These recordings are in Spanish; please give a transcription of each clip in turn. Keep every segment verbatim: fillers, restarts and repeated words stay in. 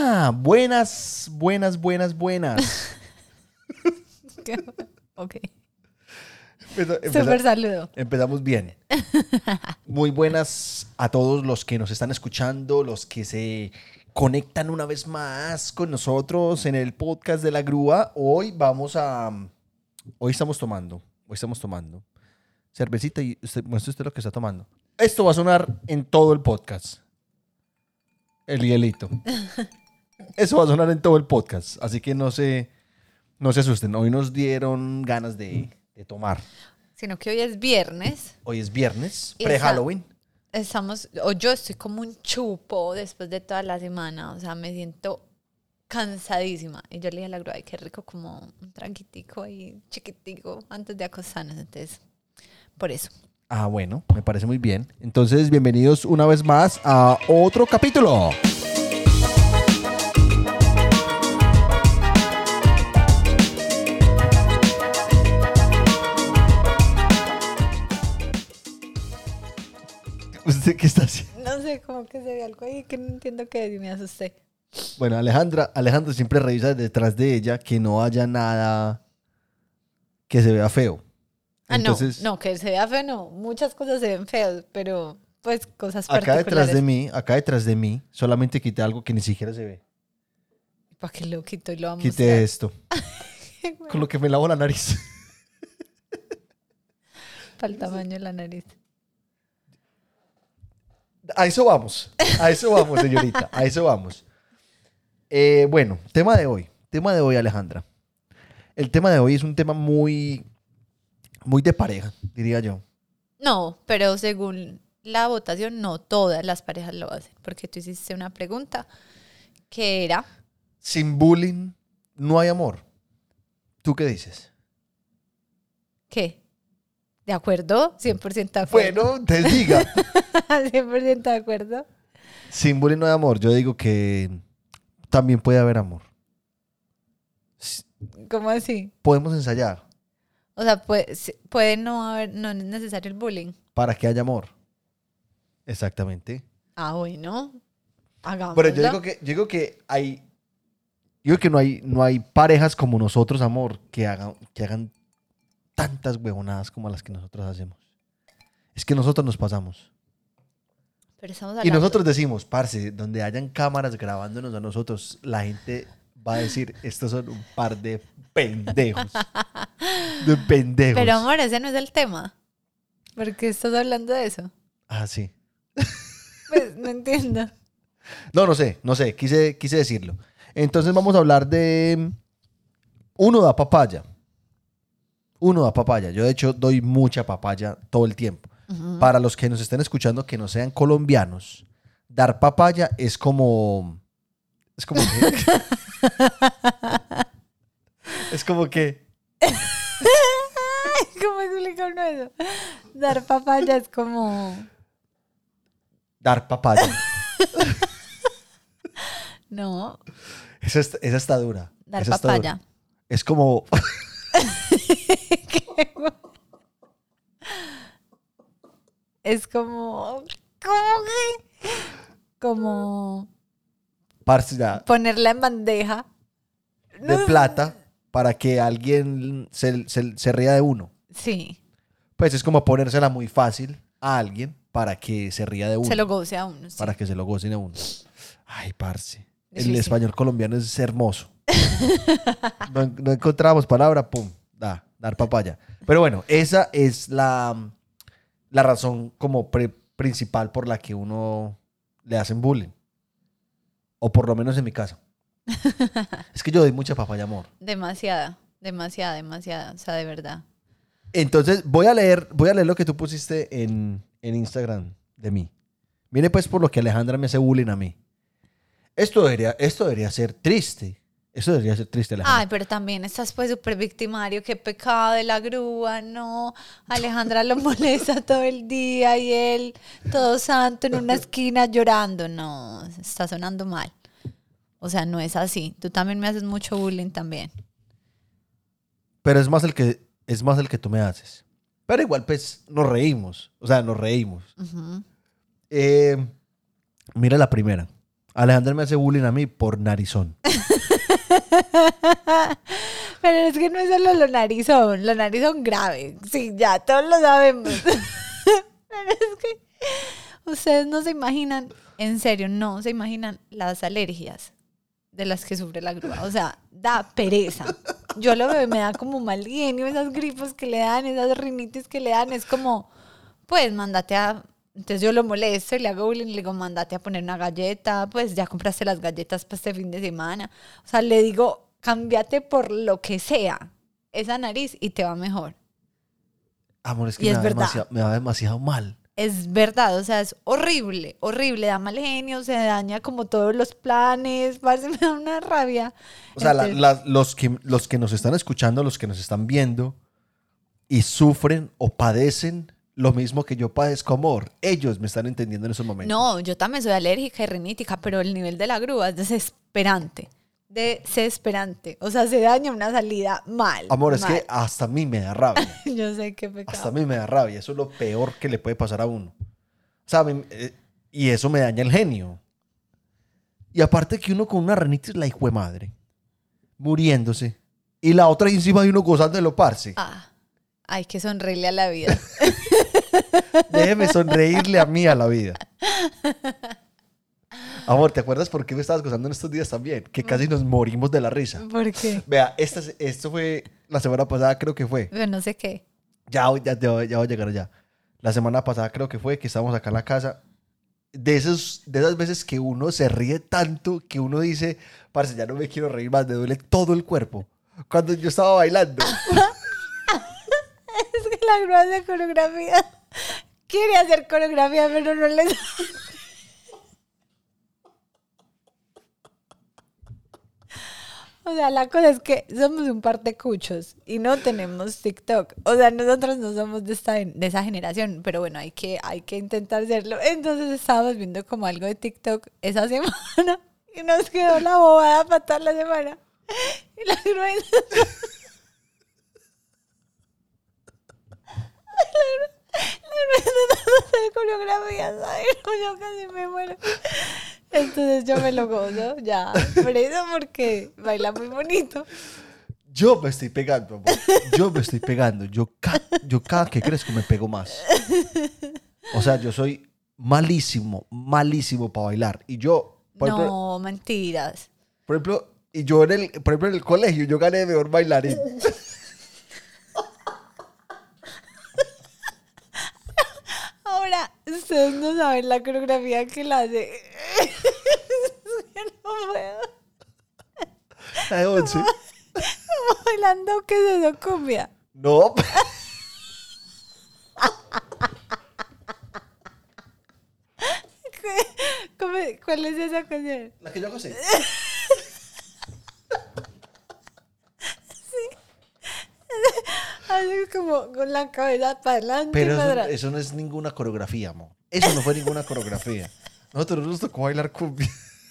Hola, buenas, buenas, buenas, buenas. Ok. Empeza- empeza- Súper saludo. Empezamos bien. Muy buenas a todos los que nos están escuchando, los que se conectan una vez más con nosotros en el podcast de La Grúa. Hoy vamos a... Hoy estamos tomando, hoy estamos tomando cervecita y usted, muestre usted lo que está tomando. Esto va a sonar en todo el podcast. El hielito. Eso va a sonar en todo el podcast, así que no se, no se asusten. Hoy nos dieron ganas de, de tomar. Sino que hoy es viernes. Hoy es viernes, Y pre-Halloween. Estamos, o yo estoy como un chupo después de toda la semana. O sea, me siento cansadísima. Y yo le dije a la grúa, ay, qué rico como un tranquitico y chiquitico antes de acostarnos. Entonces, por eso. Ah, bueno, me parece muy bien. Entonces, bienvenidos una vez más a otro capítulo. ¿Usted qué está haciendo? No sé, como que se ve algo ahí que no entiendo qué es y me asusté. Bueno, Alejandra, Alejandra siempre revisa detrás de ella que no haya nada que se vea feo. Ah, Entonces, no, no, que se vea feo, no. Muchas cosas se ven feas, pero pues cosas acá particulares. detrás de mí, acá detrás de mí, solamente quité algo que ni siquiera se ve. ¿Para qué lo quito y lo vamos a Quité esto, con lo que me lavo la nariz. Para el tamaño de la nariz. A eso vamos, a eso vamos, señorita, a eso vamos. Eh, bueno, tema de hoy, tema de hoy, Alejandra. El tema de hoy es un tema muy, muy de pareja, diría yo. No, pero según la votación, no todas las parejas lo hacen. Porque tú hiciste una pregunta que era... Sin bullying no hay amor. ¿Tú qué dices? ¿Qué? ¿De acuerdo? cien por ciento de acuerdo. Bueno, te diga. cien por ciento de acuerdo. Sin bullying no hay amor. Yo digo que también puede haber amor. ¿Cómo así? Podemos ensayar O sea, puede, puede no haber, no es necesario el bullying. para que haya amor. Exactamente. Ah, bueno. Hagámoslo. Pero yo digo que, yo digo que hay, yo digo que no hay, no hay parejas como nosotros, amor, que hagan, que hagan tantas huevonadas como las que nosotros hacemos. Es que nosotros nos pasamos. Pero estamos Y hablando... nosotros decimos, parce, donde hayan cámaras grabándonos a nosotros, la gente va a decir, estos son un par de pendejos. De pendejos. Pero amor, ese no es el tema. ¿Por qué estás hablando de eso? Ah, sí. Pues no entiendo. No, no sé, no sé, quise, quise decirlo. Entonces vamos a hablar de... Uno da papaya. Uno da papaya. Yo de hecho doy mucha papaya todo el tiempo. Uh-huh. Para los que nos estén escuchando que no sean colombianos, dar papaya es como... Es como que... es como que... ¿Cómo explica uno eso? Dar papaya es como... Dar papaya. No. Esa, es, esa está dura. Dar esa está papaya. Dura. Es como... Es como... ¿Cómo que? Como... Parce, ponerla en bandeja. De no. plata para que alguien se, se, se ría de uno. Sí. Pues es como ponérsela muy fácil a alguien para que se ría de uno. Se lo goce a uno. Sí. Para que se lo gocen a uno. Ay, parce. El sí, español sí. colombiano es hermoso. no, no encontramos palabra, pum, da, dar papaya. Pero bueno, esa es la, la razón como pre, principal por la que uno le hacen bullying. O por lo menos en mi caso. Es que yo doy mucha papaya, amor. Demasiada, demasiada, demasiada. O sea, de verdad. Entonces, voy a leer, voy a leer lo que tú pusiste en, en Instagram de mí. Mire pues por lo que Alejandra me hace bullying a mí. Esto debería, esto debería ser triste. Esto debería ser triste, Alejandra. Ay, pero también estás pues súper victimario. Qué pecado de la grúa, no. Alejandra lo molesta todo el día y él todo santo en una esquina llorando. No, está sonando mal. O sea, no es así. Tú también me haces mucho bullying también. Pero es más el que, es más el que tú me haces. Pero igual, pues, nos reímos. O sea, nos reímos. Uh-huh. Eh, mira la primera. Alejandra me hace bullying a mí por narizón. Pero es que no es solo lo narizón, lo narizón grave. Sí, ya, todos lo sabemos. Pero es que ustedes no se imaginan, en serio, no se imaginan las alergias de las que sufre la grúa. O sea, da pereza. Yo lo veo y me da como mal genio, esas gripos que le dan, esas rinitis que le dan. Es como, pues, mándate a... Entonces yo lo molesto y le hago bullying y le digo, mándate a poner una galleta, pues ya compraste las galletas para este fin de semana. O sea, le digo, cámbiate por lo que sea esa nariz y te va mejor. Amor, es que Y me, es va verdad. demasiado, me va demasiado mal. Es verdad, o sea, es horrible, horrible, da mal genio, se daña como todos los planes, parce, me da una rabia. O sea, la- Entonces, la- los, que, los que nos están escuchando, los que nos están viendo y sufren o padecen lo mismo que yo padezco, amor, ellos me están entendiendo en esos momentos. no, yo también soy alérgica y rinítica, pero el nivel de la grúa es desesperante, desesperante. O sea, se daña una salida mal. Amor, es mal. que hasta a mí me da rabia. Yo sé qué pecado. Hasta a mí me da rabia. Eso es lo peor que le puede pasar a uno. O sea, a mí- eh, y eso me daña el genio. Y aparte que uno con una rinitis, la hijo de madre, muriéndose. Y la otra ahí encima de uno gozando de lo parce. Ah, hay que sonreírle a la vida. Déjeme sonreírle a mí a la vida. Amor, ¿te acuerdas por qué me estabas gozando en estos días también? Que casi nos morimos de la risa. ¿Por qué? Vea, esta, esto fue la semana pasada, creo que fue. Pero no sé qué. Ya, voy- ya, ya, voy- ya voy a llegar allá. La semana pasada creo que fue que estábamos acá en la casa. De, esos, de esas veces que uno se ríe tanto que uno dice, parce, ya no me quiero reír más, me duele todo el cuerpo. Cuando yo estaba bailando. Es que la grúa hace coreografía. Quiere hacer coreografía, pero no le sale. O sea, la cosa es que somos un par de cuchos y no tenemos TikTok. O sea, nosotros no somos de, esta, de esa generación, pero bueno, hay que, hay que intentar hacerlo. Entonces estábamos viendo como algo de TikTok esa semana y nos quedó la bobada para toda la semana. Y la grúa... hacer coreografías, ¿sabes? Yo casi me muero. Entonces yo me lo gozo, ya. Por eso, porque baila muy bonito. Yo me estoy pegando, amor. Yo me estoy pegando. Yo, ca- yo cada que crezco me pego más. O sea, yo soy malísimo, malísimo para bailar. Y yo, por ejemplo, No, mentiras. por ejemplo, y yo en el, por ejemplo, en el colegio, yo gané mejor bailarín. Ahora, ustedes no saben la coreografía que la hace. Yo no puedo. La de once. Bailando, ¿qué es eso? Cumbia. No. ¿Cómo- ¿Cuál es esa canción? La que yo hago así. Así como con la cabeza para adelante Pero y para eso, atrás. eso no es ninguna coreografía, amor. Eso no fue ninguna coreografía. Nosotros nos tocó bailar cumbia.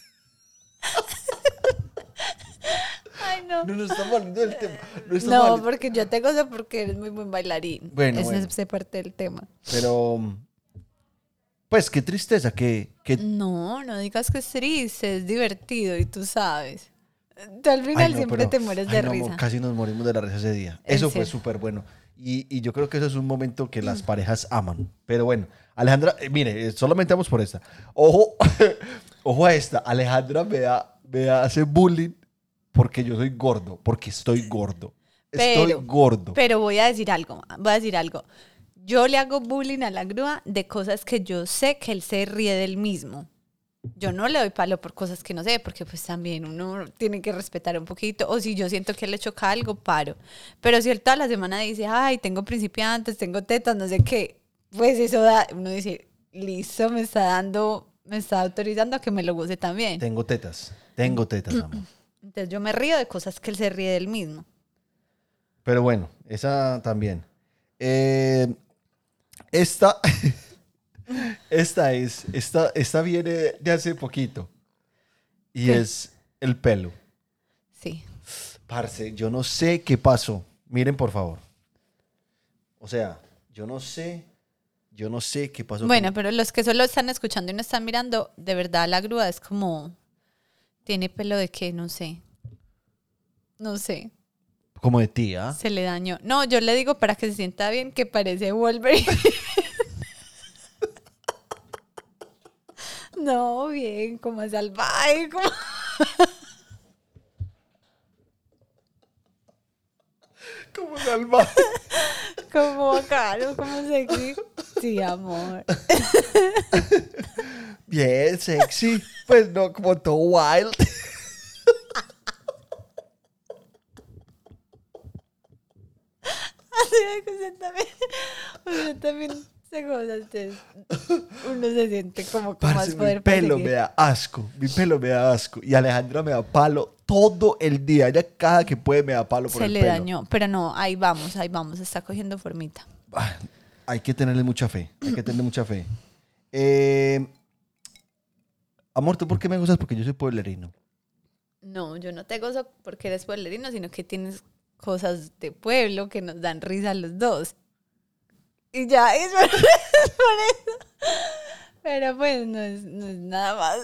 Ay, no. No nos estamos hablando del tema. No, estamos No, hablando- porque yo te gozo porque eres muy buen bailarín. Bueno, Ese bueno. es parte del tema. Pero, pues, qué tristeza que... que No, no digas que es triste, es divertido y tú sabes. Tú al final Ay, no, siempre pero- te mueres ay, de no, amor, risa. casi nos morimos de la risa ese día. En Eso fue serio. súper bueno. Y, y yo creo que eso es un momento que las parejas aman. Pero bueno, Alejandra, eh, mire, eh, solamente vamos por esta. Ojo, ojo a esta. Alejandra me, da, me hace bullying porque yo soy gordo, porque estoy gordo. Estoy Pero- gordo. Pero voy a decir algo, voy a decir algo. Yo le hago bullying a la grúa de cosas que yo sé que él se ríe del mismo. Yo no le doy palo por cosas que no sé, porque pues también uno tiene que respetar un poquito. O si yo siento que le choca algo, paro. Pero si él toda la semana dice, ay, tengo principiantes, tengo tetas, no sé qué, pues eso da, uno dice, listo, me está dando, me está autorizando a que me lo goce también. Tengo tetas. Tengo tetas, amor. Entonces yo me río de cosas que él se ríe del mismo. Pero bueno, esa también. Eh, esta, esta es, esta, esta viene de hace poquito. Y ¿Qué? es el pelo. Sí. Parce, yo no sé qué pasó. Miren, por favor. O sea, yo no sé Yo no sé qué pasó. Bueno, con... pero los que solo están escuchando y no están mirando, de verdad la grúa es como... Tiene pelo de qué, no sé. No sé. Como de tía. Se le dañó. No, yo le digo para que se sienta bien que parece Wolverine. No, bien, como salvaje, como... Como salvaje. Como bacano, como sexy. Sí, amor. Bien, sexy. Pues no, como todo wild. Usted también, usted también se goza, usted, uno se siente como con Parce, más poder mi pelo para me seguir. da asco. Mi pelo me da asco. Y Alejandra me da palo todo el día. Ella cada que puede me da palo por Se el le pelo. dañó, pero no, ahí vamos, ahí vamos, está cogiendo formita. Ah, hay que tenerle mucha fe. Hay que tenerle mucha fe. Eh, amor, ¿tú por qué me gustas? Porque yo soy pueblerino. No, yo no te gozo porque eres pueblerino, sino que tienes cosas de pueblo que nos dan risa a los dos. Y ya, es por, es por eso. Pero pues no es, no es nada más.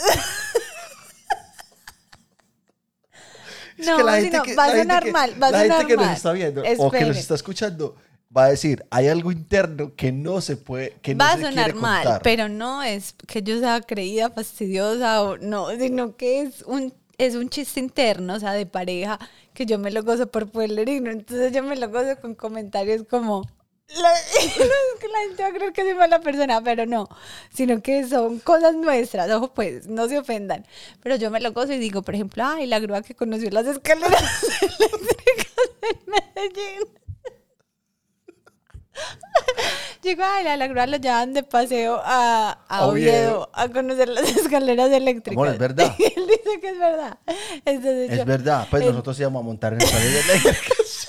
Es No, que la si gente no, que, va a la gente sonar que- mal, va a la sonar gente que nos mal. está viendo o que Espere. nos está escuchando va a decir, hay algo interno que no se puede, que no Va a se sonar quiere mal, contar. pero no es que yo sea creída, fastidiosa o no, sino que es un, es un chiste interno, o sea, de pareja, que yo me lo gozo por pueblerino. Entonces yo me lo gozo con comentarios como, la, no es que la gente va a creer que soy mala persona, pero no, sino que son cosas nuestras, ojo pues, no se ofendan. Pero yo me lo gozo y digo, por ejemplo, ay, la grúa que conoció las escaleras eléctricas en Medellín. Llegó a la, la grúa lo llevan de paseo a, a A Oviedo. Oviedo a conocer las escaleras eléctricas. Amor, es verdad. Y él dice que es verdad. Entonces Es yo- verdad, pues él- nosotros íbamos a montar en escaleras eléctricas.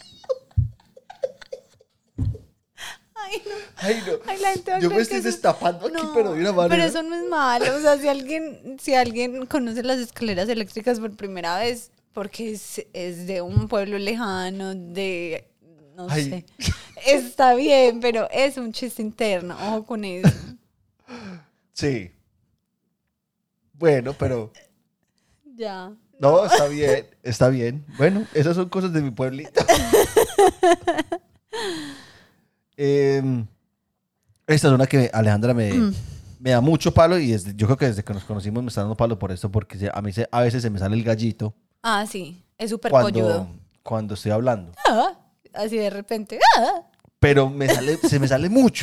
Ay, no. Ay, no. Ay, la gente va a Yo me creer estoy que eso- destapando aquí, No, pero de una manera. pero eso no es malo. O sea, si alguien, si alguien conoce las escaleras eléctricas por primera vez, porque es, es de un pueblo lejano, de no Ay. sé. Está bien, pero es un chiste interno. Ojo con eso. Sí. Bueno, pero... Ya. No, está bien, está bien. Bueno, esas son cosas de mi pueblito. Eh, esta es una que Alejandra me, me da mucho palo y desde- yo creo que desde que nos conocimos me está dando palo por esto porque se- a mí se- a veces se me sale el gallito Ah, sí. Es súper cuando, polludo. cuando estoy hablando. Ah, así de repente. Ah. Pero me sale, se me sale mucho.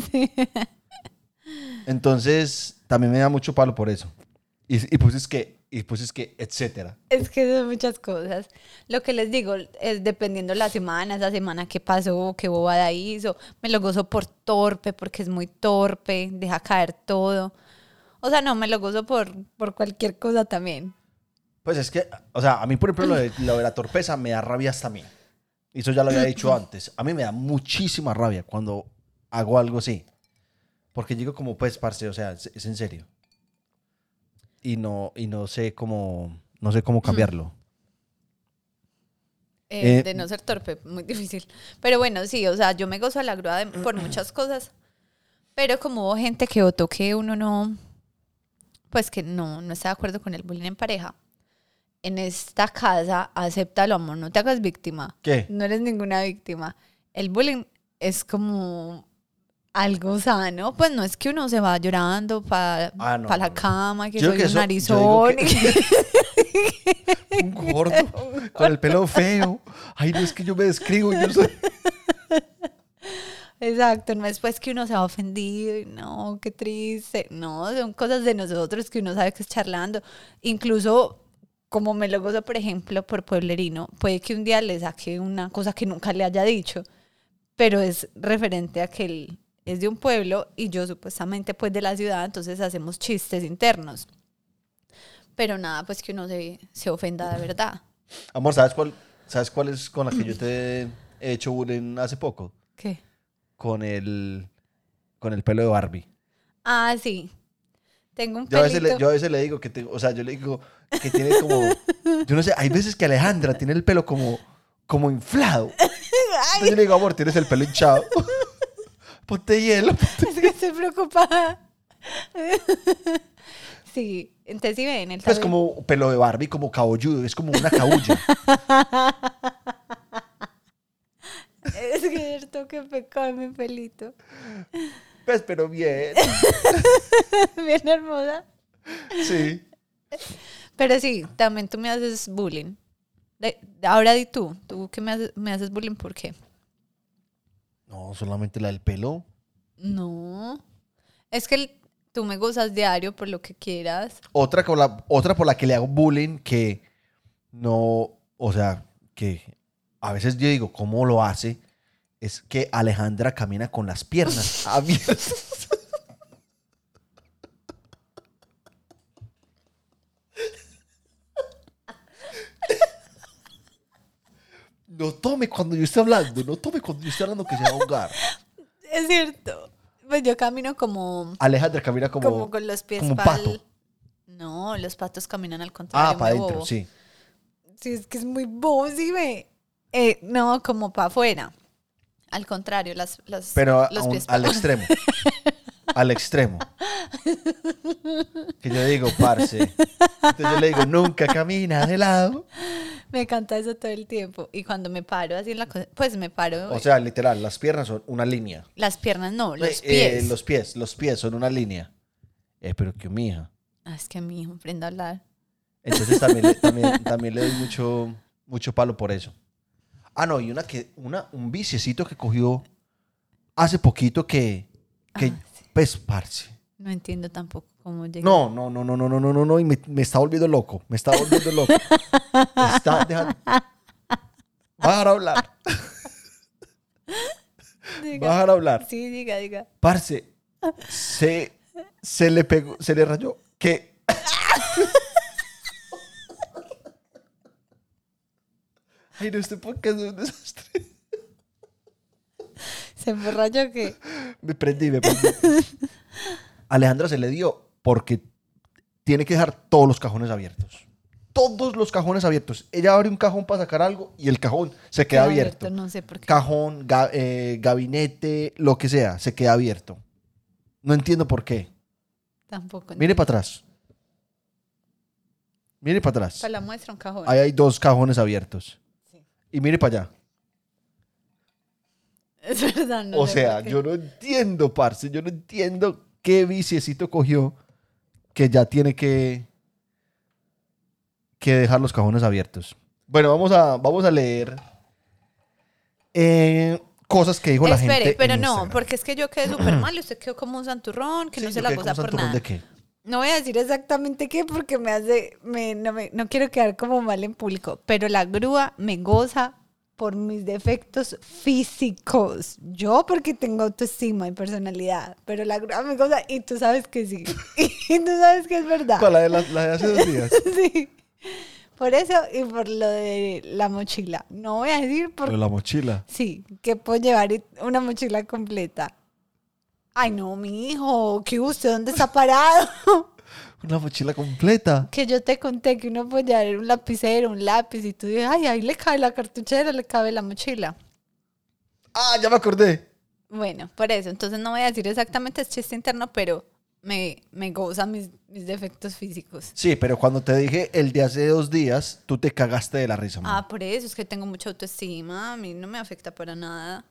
Entonces, también me da mucho palo por eso. Y, y pues es que, y pues es que, etcétera. Es que son muchas cosas. Lo que les digo es dependiendo la semana, esa semana qué pasó, qué bobada hizo. Me lo gozo por torpe, porque es muy torpe, deja caer todo. O sea, no, me lo gozo por, por cualquier cosa también. Pues es que, o sea, a mí, por ejemplo, lo de, lo de la torpeza me da rabia hasta a mí. Y eso ya lo había dicho antes. A mí me da muchísima rabia cuando hago algo así. Porque digo como, pues, parce, o sea, es, es en serio. Y no, y no sé cómo, no sé cómo cambiarlo. Eh, Eh, de no ser torpe, muy difícil. Pero bueno, sí, o sea, yo me gozo a la grúa de- por muchas cosas. Pero como hubo gente que votó que uno no, pues que no, no está de acuerdo con el bullying en pareja. En esta casa, acéptalo, amor, no te hagas víctima. ¿Qué? No eres ninguna víctima. El bullying es como algo sano. Pues no es que uno se va llorando para Ah, no, la no, no. cama, que Yo soy que un eso- yo narizón. digo Un gordo, con el pelo feo. Ay, no es que yo me describo, yo soy... Exacto, no es pues que uno se va ofendido y no, qué triste. No, son cosas de nosotros que uno sabe que es charlando. Incluso, como me lo gozo, por ejemplo, por pueblerino, puede que un día le saque una cosa que nunca le haya dicho, pero es referente a que él es de un pueblo y yo supuestamente pues de la ciudad, entonces hacemos chistes internos. Pero nada, pues que uno se, se ofenda de verdad. Amor, ¿sabes cuál, ¿sabes cuál es con la que yo te he hecho bullying hace poco? ¿Qué? Con el, con el pelo de Barbie. Ah, sí. Tengo un Yo a, veces pelito. le, yo a veces le digo que tengo, o sea, yo le digo que tiene como, yo no sé, hay veces que Alejandra tiene el pelo como, como inflado. Entonces yo le digo, amor, tienes el pelo hinchado. Ponte hielo. Es que estoy preocupada. Sí, entonces sí ven. El Es como pelo de Barbie, como cabelludo, es como una cabulla. Es cierto que pecado en mi pelito. Pues, pero bien. Bien hermosa. Sí. Pero sí, también tú me haces bullying. De- ahora di tú, tú que me haces, me haces bullying, ¿por qué? No, solamente la del pelo. No. Es que el- tú me gozas diario por lo que quieras. Otra, con la, otra por la que le hago bullying que no, o sea, que a veces yo digo, ¿cómo lo hace? Es que Alejandra camina con las piernas abiertas. No tome cuando yo esté hablando, no tome cuando yo esté hablando que se va a ahogar. Es cierto. Pues yo camino como, Alejandra camina como, como con los pies como un para pato. No, los patos caminan al contrario. Ah, para muy adentro, bobo. sí. Sí, es que es muy bobo, sí ve. Eh, no, como para afuera. Al contrario, las, las, Pero a los un- pies al pa- extremo. Al extremo. Que yo digo, parce. Entonces yo le digo, nunca camina de lado. Me encanta eso todo el tiempo. Y cuando me paro así en la cosa, pues me paro. O sea, literal, las piernas son una línea. Las piernas no, los Eh, pies. eh, los pies, los pies son una línea. Eh, pero que mi hija. Ah, es que mi hijo aprende a hablar. Entonces también, le- también, también le doy mucho, mucho palo por eso. Ah, no, y una que, una, un viciecito que cogió hace poquito que, que Ah, sí. pues, parce. No entiendo tampoco cómo llegué. No, no, no, no, no, no, no, no, no, y me, me está volviendo loco, me está volviendo loco. Me está dejando... Va a dejar hablar, Diga. va a dejar hablar. Sí, diga, diga. Parce, se, se le pegó, se le rayó, que... Ay, no, este podcast es un desastre. Se emborrachó que. Me prendí, me prendí. Alejandra se le dio porque tiene que dejar todos los cajones abiertos. Todos los cajones abiertos. Ella abre un cajón para sacar algo y el cajón se queda abierto. No sé por qué. Cajón, ga- eh, gabinete, lo que sea, se queda abierto. No entiendo por qué. Tampoco. Mire para atrás. Mire para atrás. Para la muestra un cajón. Ahí hay dos cajones abiertos. Sí. Y mire para allá. Es verdad, no O sé sea, por qué. yo no entiendo, parce. Yo no entiendo qué viciecito cogió que ya tiene que, que dejar los cajones abiertos. Bueno, vamos a, vamos a leer eh, cosas que dijo la Espere, gente. pero en no, Instagram. porque es que yo quedé súper mal y usted quedó como un santurrón, que Sí, no se yo la quedé goza como por santurrón nada. ¿de qué? No voy a decir exactamente qué porque me hace, me, no, me, no quiero quedar como mal en público, pero la grúa me goza por mis defectos físicos. Yo porque tengo autoestima y personalidad, pero la grúa me goza y tú sabes que sí. Y tú sabes que es verdad. ¿Cuál? La de, la, la de hace dos días. Sí. Por eso y por lo de la mochila. No voy a decir por Pero la mochila. sí, que puedo llevar una mochila completa. Ay, no, mi hijo, ¿qué usted dónde está parado? Una mochila completa. Que yo te conté que uno puede llevar un lapicero, un lápiz y tú dices, ay, ahí le cabe la cartuchera, le cabe la mochila. Ah, ya me acordé. Bueno, por eso, entonces no voy a decir exactamente es chiste interno, pero me, me goza mis, mis defectos físicos. Sí, pero cuando te dije el de hace dos días, tú te cagaste de la risa. amor. Ah, por eso, es que tengo mucha autoestima, a mí no me afecta para nada.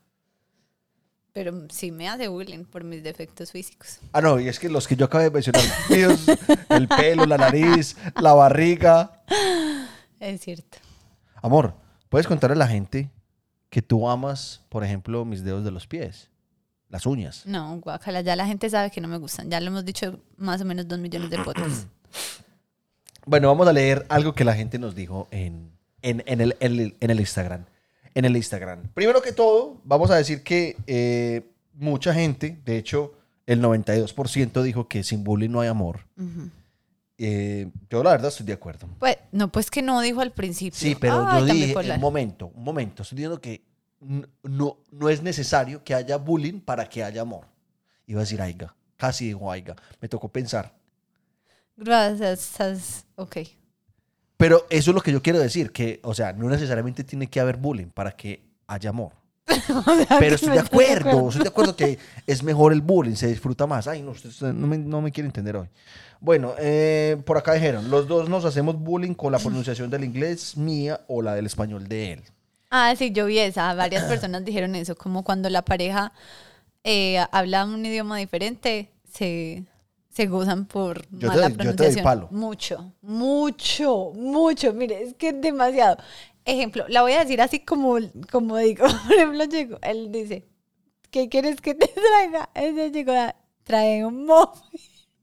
Pero sí me hace bullying por mis defectos físicos. Ah, no, y es que los que yo acabé de mencionar, míos, el pelo, la nariz, la barriga. Es cierto. Amor, ¿puedes contarle a la gente que tú amas, por ejemplo, mis dedos de los pies? Las uñas. No, guacala, ya la gente sabe que no me gustan. Ya lo hemos dicho más o menos dos millones de podcasts. Bueno, vamos a leer algo que la gente nos dijo en, en, en, el, en, el, en el Instagram. En el Instagram. Primero que todo, vamos a decir que eh, mucha gente, de hecho, el noventa y dos por ciento dijo que sin bullying no hay amor. Ujú. Eh, yo la verdad estoy de acuerdo. Pues, no, pues que no dijo al principio. Sí, pero Ay, yo tan dije, bipolar. un momento, un momento, estoy diciendo que n- no, no es necesario que haya bullying para que haya amor. Iba a decir aiga, casi digo aiga, me tocó pensar. Gracias. Ok. Pero eso es lo que yo quiero decir, que, o sea, no necesariamente tiene que haber bullying para que haya amor. O sea, Pero que estoy no de estoy de acuerdo, acuerdo. estoy de acuerdo que es mejor el bullying, se disfruta más. Ay, no, usted, usted no, me, no me quiere entender hoy. Bueno, eh, por acá dijeron, los dos nos hacemos bullying con la pronunciación del inglés mía o la del español de él. Ah, sí, yo vi esa. Varias personas dijeron eso, como cuando la pareja eh, habla un idioma diferente, se, se gozan por Yo te mala doy- yo te doy pronunciación. palo. Mucho, mucho, mucho. Mire, es que es demasiado. Ejemplo, la voy a decir así como, como digo. Por ejemplo, llegó, él dice, ¿qué quieres que te traiga? Ese llegó, a- trae un muffin.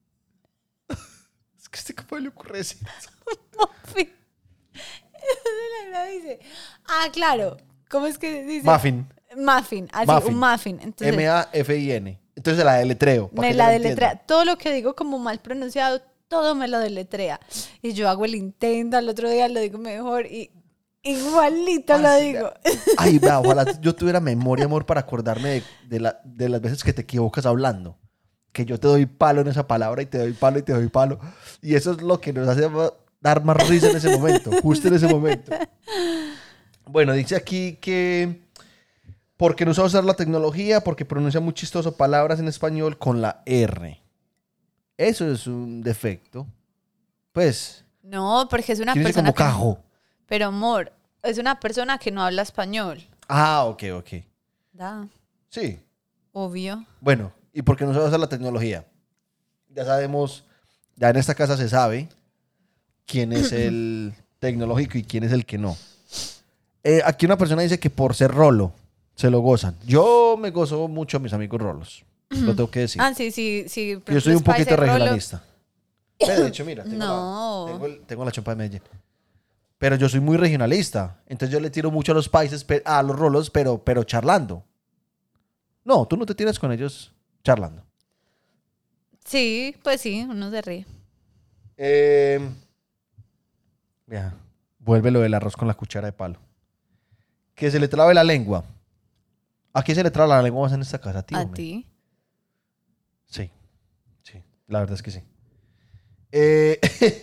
Es que este cómo le ocurre decir eso. muffin. Entonces la dice, ah, claro, ¿cómo es que dice? Muffin. Muffin, así, Muffin. un muffin. Entonces, M A F I N. Entonces la deletreo. para me que la ella lo deletrea. entienda. Todo lo que digo como mal pronunciado, todo me lo deletrea. Y yo hago el intento, al otro día lo digo mejor y igualito lo Parce, digo. Ay, vea, ojalá yo tuviera memoria, amor, para acordarme de, de, la- de las veces que te equivocas hablando. Que yo te doy palo en esa palabra y te doy palo y te doy palo. Y eso es lo que nos hace ma- dar más risa en ese momento, justo en ese momento. Bueno, dice aquí que porque no sabe usar la tecnología, porque pronuncia muy chistoso palabras en español con la R. Eso es un defecto. Pues, No, porque es una quiere decir persona como que... cajo. Pero amor, es una persona que no habla español. Ah, ok, ok. Da, Sí. obvio. Bueno, y porque no sabe usar la tecnología. Ya sabemos, ya en esta casa se sabe quién es el tecnológico y quién es el que no. Eh, aquí una persona dice que por ser rolo se lo gozan. Yo me gozo mucho a mis amigos rolos. Lo tengo que decir. Ah, sí, sí, sí. por Yo soy un ejemplo, poquito Spice Rolo. regionalista. Pero de hecho, mira, tengo, No. la, tengo, el- tengo la chompa de Medellín. Pero yo soy muy regionalista. Entonces yo le tiro mucho a los países, pe- a los rolos, pero, pero charlando. No, tú no te tiras con ellos charlando. Sí, pues sí, uno se ríe. Eh, ya, vuelve lo del arroz con la cuchara de palo. Que se le trabe la lengua. ¿A quién se le traba la lengua más en esta casa? ¿A ti? ¿A hombre? ti? Sí, sí, la verdad es que sí. Eh,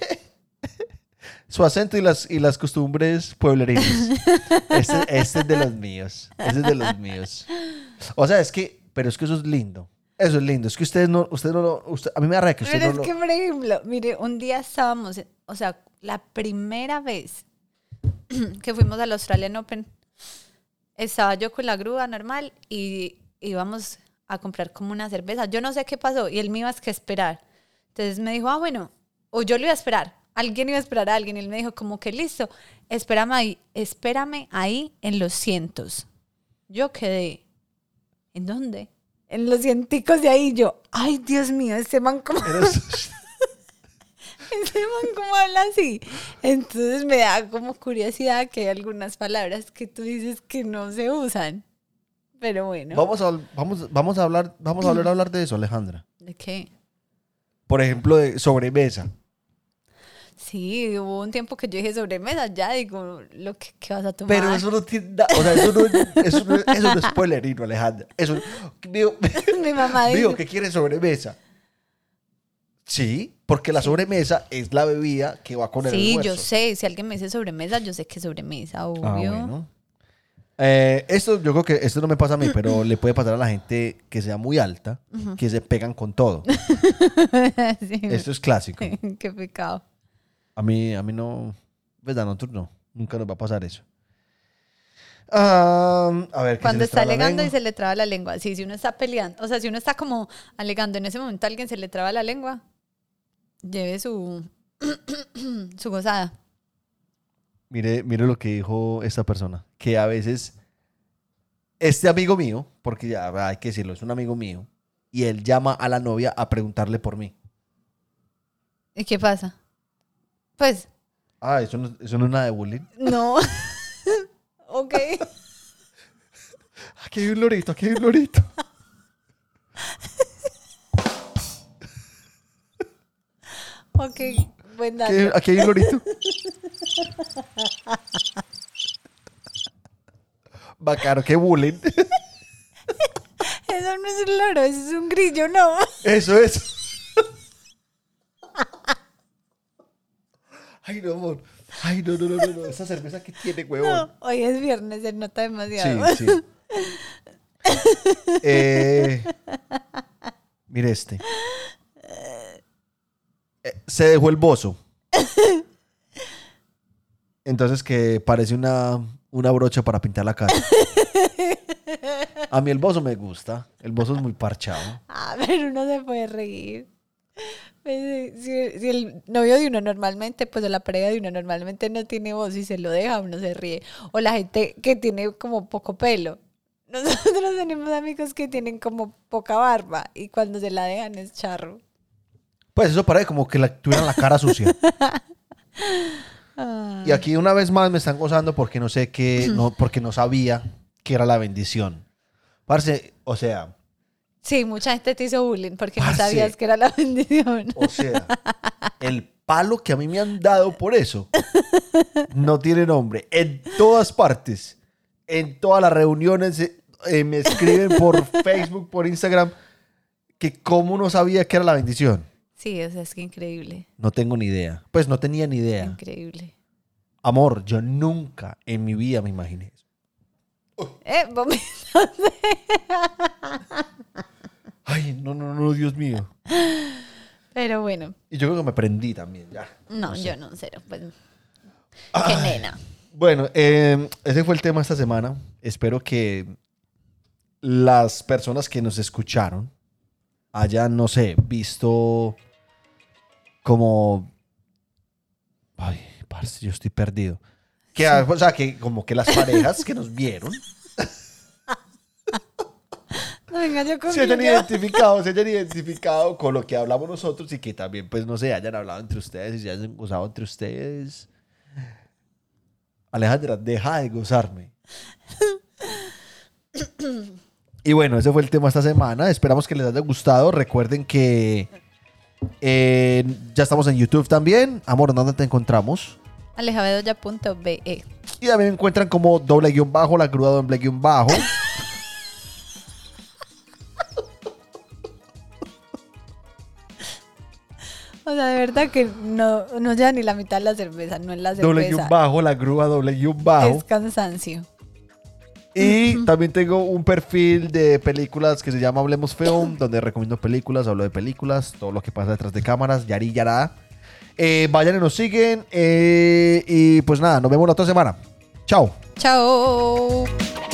su acento y las, y las costumbres pueblerinas. Este, este es de los míos. Este es de los míos. O sea, es que, pero es que eso es lindo. Eso es lindo. Es que ustedes no, ustedes no lo, usted- a mí me da rabia que ustedes Pero no es lo... que, por ejemplo, mire, un día estábamos, o sea, la primera vez que fuimos al Australian Open, estaba yo con la grúa normal y íbamos a comprar como una cerveza. Yo no sé qué pasó y él me iba a que esperar. Entonces me dijo, ah, bueno, o yo lo iba a esperar. Alguien iba a esperar a alguien y él me dijo como que listo, espérame ahí, espérame ahí en los cientos. Yo quedé, ¿en dónde? En los cienticos de ahí. Yo, ay, Dios mío, ese man como... Eres- Ese man como habla así. Entonces me da como curiosidad que hay algunas palabras que tú dices que no se usan. Pero bueno. Vamos a, vamos, vamos a hablar, vamos a volver a hablar de eso, Alejandra. ¿De qué? Por ejemplo, de sobremesa. Sí, hubo un tiempo que yo dije sobremesa, ya digo, lo que, ¿qué vas a tomar? Pero eso no tiene nada, o sea, eso no, eso no, eso no es spoilerino, Alejandra. Eso, digo, Mi mamá dice, digo, ¿qué quiere sobremesa? Sí, porque la sobremesa es la bebida que va con el sí, almuerzo. yo sé, si alguien me dice sobremesa, yo sé que es sobremesa, obvio. Ah, bueno. Eh, esto, yo creo que esto no me pasa a mí, pero le puede pasar a la gente que sea muy alta, que se pegan con todo. Sí, Esto es clásico. qué pecado. A mí, a mí no, pues a nosotros no, nunca nos va a pasar eso. Ah, a ver, ¿qué se Cuando les está traba la alegando y lengua? se le traba la lengua. Sí, si uno está peleando, o sea, si uno está como alegando en ese momento a alguien se le traba la lengua, lleve su, su gozada. Mire, mire lo que dijo esta persona, que a veces este amigo mío, porque ya hay que decirlo, es un amigo mío, y él llama a la novia a preguntarle por mí. ¿Y qué pasa? Pues, Ah, eso no, eso no es nada de bullying. no. Ok. Aquí hay un lorito, aquí hay un lorito. Ok, buen dato. Aquí, aquí hay un lorito. Bacano, qué bullying. Eso no es un loro, eso es un grillo, no. Eso es. Ay, no, amor. Ay, no, no, no, no, no. Esa cerveza que tiene, huevón. No, hoy es viernes, se nota demasiado. Sí, sí. Eh, mire este. Eh, se dejó el bozo. Entonces que parece una, una brocha para pintar la casa. A mí el bozo me gusta. El bozo es muy parchado. Ah, pero uno se puede reír. Pues, si, si el novio de uno normalmente, pues o la pareja de uno normalmente no tiene voz y se lo deja, uno se ríe. O la gente que tiene como poco pelo. Nosotros tenemos amigos que tienen como poca barba y cuando se la dejan es charro. Pues eso parece como que la, tuvieran la cara sucia. Y aquí una vez más me están gozando porque no sé qué, no, porque no sabía que era la bendición. Parce, o sea... Sí, mucha gente te hizo bullying porque Parce, no sabías que era la bendición. O sea, el palo que a mí me han dado por eso no tiene nombre. En todas partes, en todas las reuniones, eh, me escriben por Facebook, por Instagram, que cómo no sabía que era la bendición. Sí, o sea, es que increíble. No tengo ni idea. Pues no tenía ni idea. Increíble. Amor, yo nunca en mi vida me imaginé eso. Eh, vomito. Ay, no, no, no, Dios mío. Pero bueno. Y yo creo que me prendí también, ya. No, No sé. yo no, cero. Pues, qué Ay. nena. Bueno, eh, ese fue el tema esta semana. Espero que las personas que nos escucharon hayan, no sé, visto como... Ay, parce, yo estoy perdido. Que, Sí. O sea, que como que las parejas que nos vieron No venga yo se hayan conmigo. identificado, se hayan identificado con lo que hablamos nosotros y que también, pues, no sé, hayan hablado entre ustedes y se hayan gozado entre ustedes. Alejandra, deja de gozarme. Y bueno, ese fue el tema esta semana. Esperamos que les haya gustado. Recuerden que eh, ya estamos en YouTube también. Amor, ¿dónde te encontramos? alejabedoya punto be. Y también me encuentran como doble guión bajo, la grúa doble guión bajo. O sea, de verdad que no, no lleva ni la mitad de la cerveza, no es la cerveza. Doble guión bajo, la grúa doble guión bajo. Es cansancio. Y también tengo un perfil de películas que se llama Hablemos Film, donde recomiendo películas, hablo de películas, todo lo que pasa detrás de cámaras, Yari Yará. Eh, vayan y nos siguen. Eh, y pues nada, nos vemos la otra semana. Chao. Chao.